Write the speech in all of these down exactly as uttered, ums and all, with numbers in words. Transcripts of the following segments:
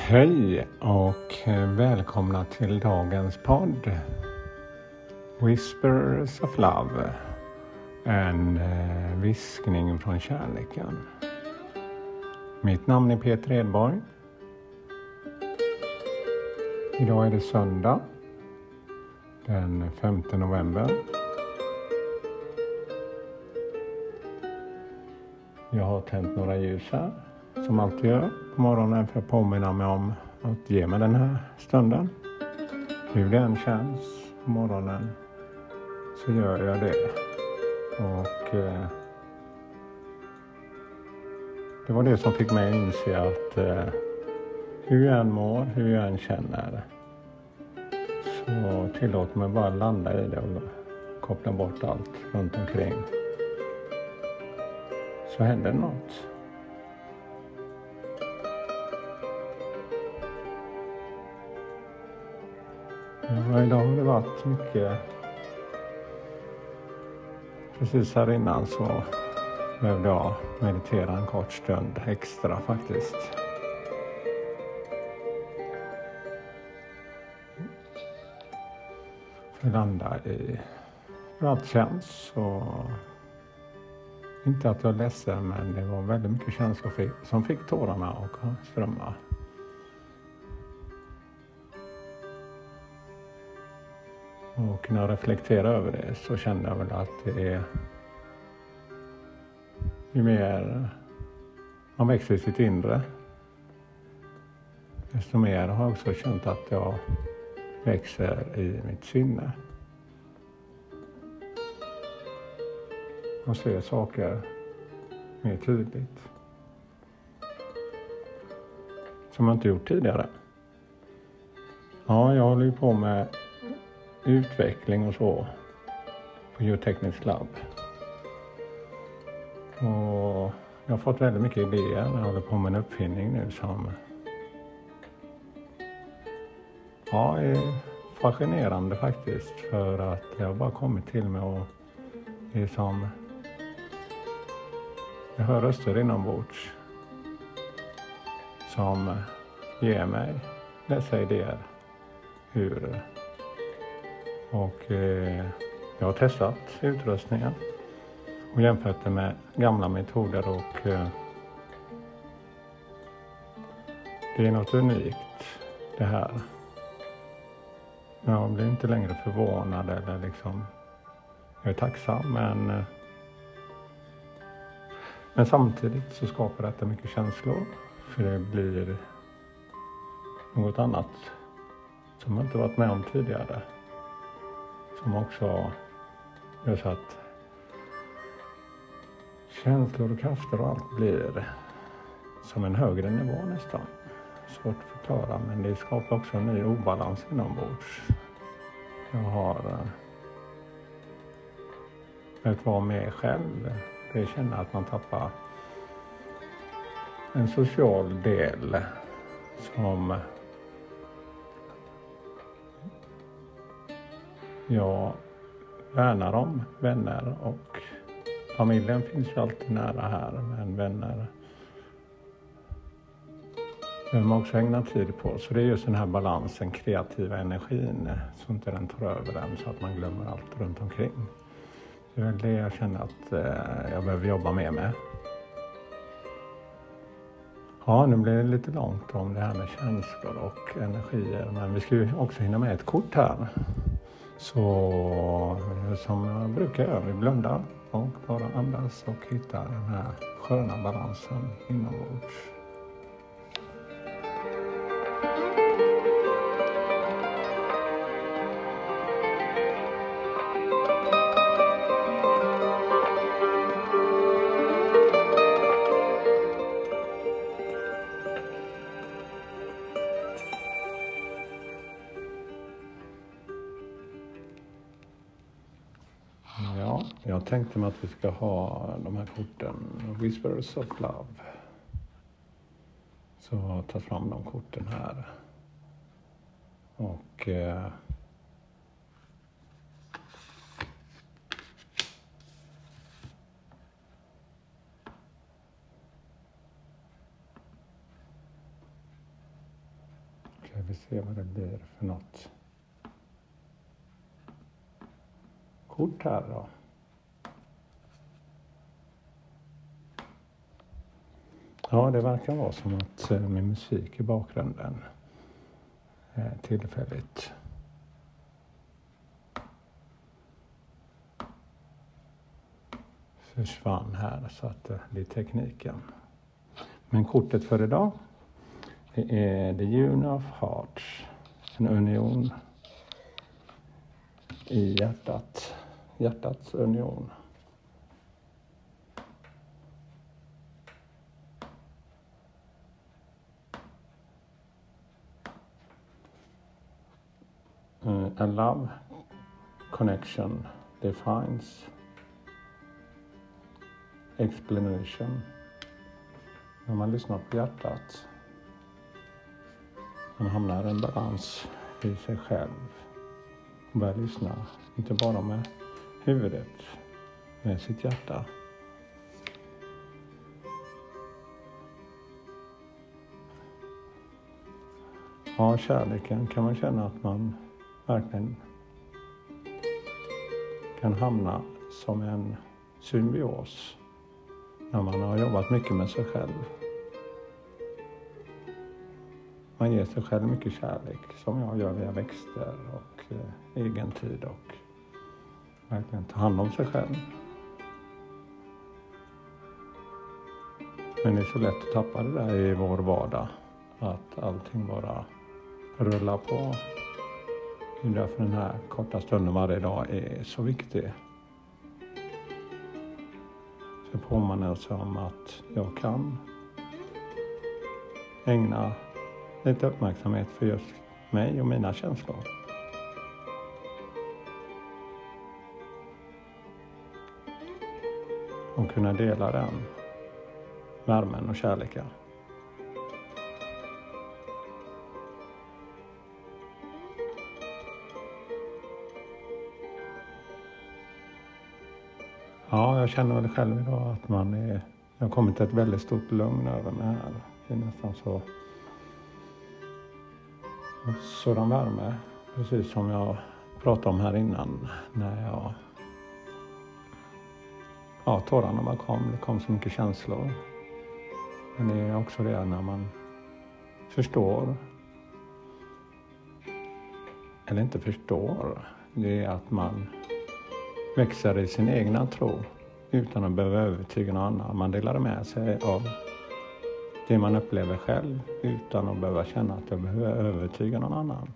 Hej och välkomna till dagens podd Whispers of Love, en viskning från kärleken. Mitt namn är Peter Edborg. Idag är det söndag den femte november. Jag har tänt några ljus här, som alltid gör på morgonen, för att påminna mig om att ge mig den här stunden. Hur det än känns på morgonen så gör jag det. Och eh, det var det som fick mig att inse att eh, hur jag än mår, hur jag än känner, så tillåt mig bara landa i det och koppla bort allt runt omkring. Så händer något. Ja, idag har det varit mycket. Precis här innan så behövde jag meditera en kort stund extra faktiskt. För att landa i hur allt känns. Och inte att jag är ledsen, men det var väldigt mycket känslor som fick tårarna att strömma. Och när jag reflekterar över det så kände jag väl att det är ju mer man växer i sitt inre, desto mer har jag också känt att jag växer i mitt sinne. Och ser saker mer tydligt. Som jag inte gjort tidigare. Ja, jag håller ju på med utveckling och så på Geoteknisk labb. Och jag har fått väldigt mycket idéer. Jag håller på med en uppfinning nu som ja, är fascinerande faktiskt. För att jag har bara kommit till mig och det är som jag hör röster inombords som ger mig dessa idéer. Hur Och eh, jag har testat utrustningen och jämfört det med gamla metoder och eh, det är något unikt det här. Jag blir inte längre förvånad eller liksom, jag är tacksam, men eh, men samtidigt så skapar detta mycket känslor, för det blir något annat som jag inte varit med om tidigare. Som också gör så att känslor och krafter och allt blir som en högre nivå nästan. Svårt att förklara, men det skapar också en ny obalans inombords. Jag har börjat vara med själv. Det känner att man tappar en social del som jag värnar om. Vänner och familjen finns ju alltid nära här, men vänner behöver man också ägna tid på. Så det är just den här balansen, kreativa energin, så inte den tar över den så att man glömmer allt runt omkring. Det är väl det jag känner att eh, jag behöver jobba med med. Ja, nu blir det lite långt om det här med känslor och energier, men vi ska ju också hinna med ett kort här. Så som jag brukar göra, vi blundar och bara andas och hittar den här sköna balansen inombords. Ja, jag tänkte mig att vi ska ha de här korten, Whispers of Love. Så ta fram de korten här. Och eh, se vad det blir för något kort här då. Ja, det verkar vara som att min musik i bakgrunden är tillfälligt försvann här, så att det är tekniken. Men kortet för idag, det är The Union of Hearts, en union i hjärtat, hjärtats union. Uh, a love connection defines explanation. När man lyssnar på hjärtat, man hamnar i en balans i sig själv och börjar lyssna, inte bara med huvudet, med sitt hjärta. Ja, kärleken kan man känna att man verkligen kan hamna som en symbios när man har jobbat mycket med sig själv. Man ger sig själv mycket kärlek, som jag gör via växter och eh, egen tid, och verkligen ta hand om sig själv. Men det är så lätt att tappa det där i vår vardag, att allting bara rullar på. Det är därför den här korta stunden varje dag är så viktig. Så påminner sig om att jag kan ägna lite uppmärksamhet för just mig och mina känslor. Och kunna dela den värmen och kärleken. Ja, jag känner väl själv idag att man är, jag har kommit till ett väldigt stort lugn över mig här. Det är nästan så sådan värme, precis som jag pratade om här innan, när jag, ja, tårarna bara kom, det kom så mycket känslor. Men det är också det när man förstår, eller inte förstår, det är att man växer i sin egna tro utan att behöva övertyga någon annan. Man delar med sig av det man upplever själv utan att behöva känna att jag behöver övertyga någon annan.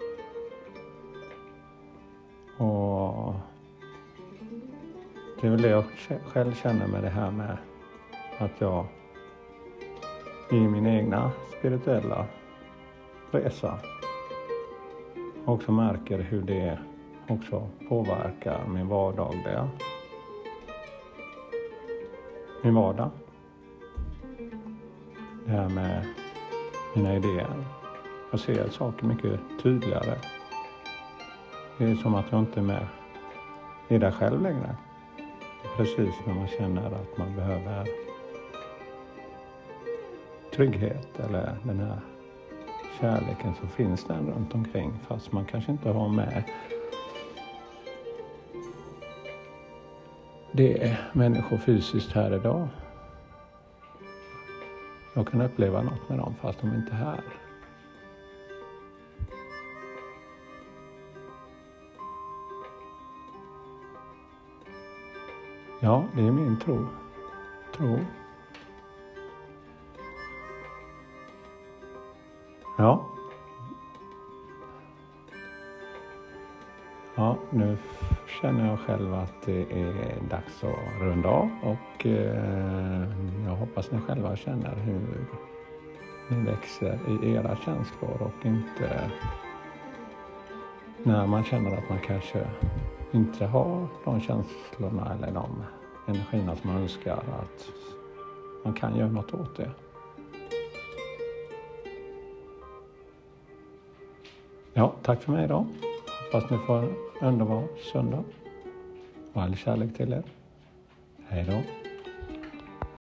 Och det är väl det jag själv känner med det här med att jag i min egna spirituella resa också märker hur det också påverkar min vardagliga, min vardag. Det här med mina idéer. Jag ser saker mycket tydligare. Det är som att jag inte är med i det själv längre. Precis när man känner att man behöver trygghet eller den här kärleken, så finns den runt omkring, fast man kanske inte har med det är människor fysiskt här idag. Jag kan uppleva något med dem fast de inte är här. Ja, det är min tro. Tro. Ja. Ja, nu känner jag själv att det är dags att runda av, och eh, jag hoppas ni själva känner hur ni växer i era känslor, och inte när man känner att man kanske inte har de känslorna eller de energierna som man önskar, att man kan göra något åt det. Ja, tack för mig då. Hoppas ni får en underbar söndag. Och all kärlek till er. Hej då.